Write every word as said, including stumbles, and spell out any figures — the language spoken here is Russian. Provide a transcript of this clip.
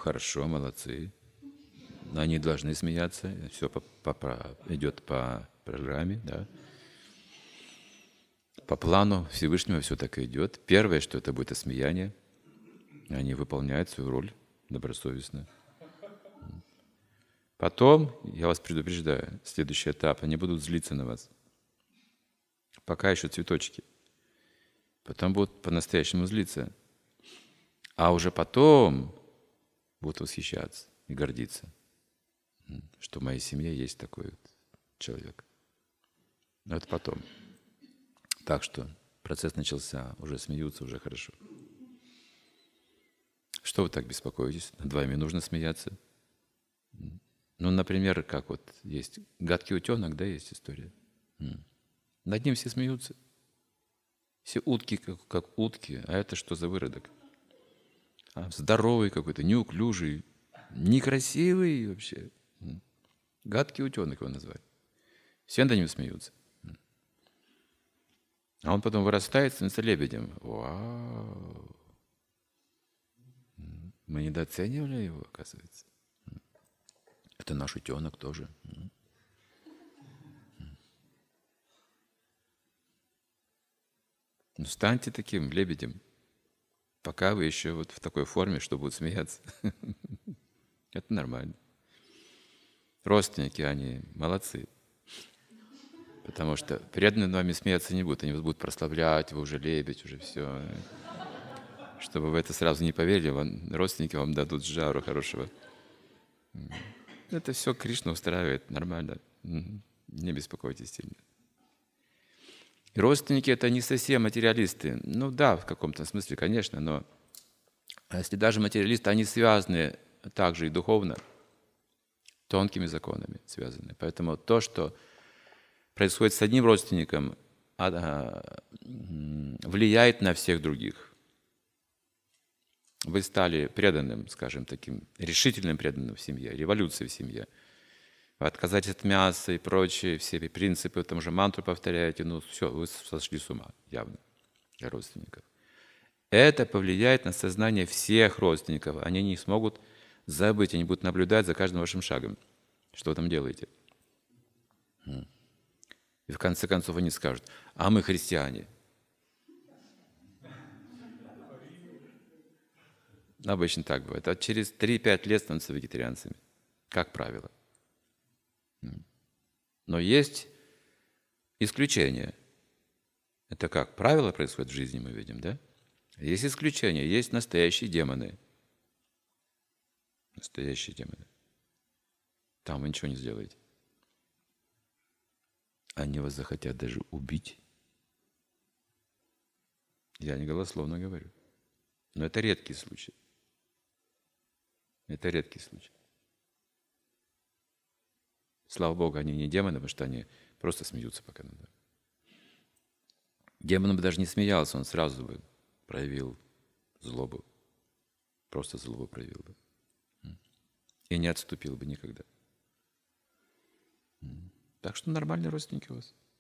хорошо, молодцы. Они должны смеяться, все по, по, идет по программе, да. По плану Всевышнего все так и идет. Первое, что это будет осмеяние. Они выполняют свою роль добросовестно. Потом, я вас предупреждаю, следующий этап, они будут злиться на вас. Пока еще цветочки. Потом будут по-настоящему злиться. А уже потом будут восхищаться и гордиться, что в моей семье есть такой вот человек. Но это потом. Так что процесс начался, уже смеются, уже хорошо. Что вы так беспокоитесь? Над вами нужно смеяться. Ну, например, как вот есть гадкий утенок, да, есть история. Над ним все смеются. Все утки, как, как утки. А это что за выродок? А, здоровый какой-то, неуклюжий, некрасивый вообще. Гадкий утенок его называют. Все над ним смеются. А он потом вырастает, становится лебедем. Вау! Мы недооценивали его, оказывается. Это наш утенок тоже. Ну, станьте таким лебедем, пока вы еще вот в такой форме, что будут смеяться. Это нормально. Родственники, они молодцы. Потому что преданные над вами смеяться не будут. Они вас будут прославлять, вы уже лебедь, уже все. Чтобы вы это сразу не поверили, вам, родственники вам дадут жару хорошего. Это все Кришна устраивает, нормально. Не беспокойтесь сильно. И родственники — это не совсем материалисты. Ну да, в каком-то смысле, конечно, но если даже материалисты, они связаны также и духовно, тонкими законами связаны. Поэтому то, что происходит с одним родственником, влияет на всех других. Вы стали преданным, скажем, таким решительным преданным в семье, революцией в семье. Вы отказались от мяса и прочие, все принципы, там же мантру повторяете, ну все, вы сошли с ума, явно, для родственников. Это повлияет на сознание всех родственников. Они не смогут забыть, они будут наблюдать за каждым вашим шагом. Что вы там делаете? И в конце концов они скажут: а мы христиане. Обычно так бывает. А через три-пять лет становятся вегетарианцами, как правило. Но есть исключения. Это как правило происходит в жизни, мы видим, да? Есть исключения, есть настоящие демоны. Настоящие демоны. Там вы ничего не сделаете. Они вас захотят даже убить. Я не голословно говорю. Но это редкий случай. Это редкий случай. Слава Богу, они не демоны, потому что они просто смеются пока надо. Демон бы даже не смеялся, он сразу бы проявил злобу. Просто злобу проявил бы. И не отступил бы никогда. Так что нормальные родственники у вас.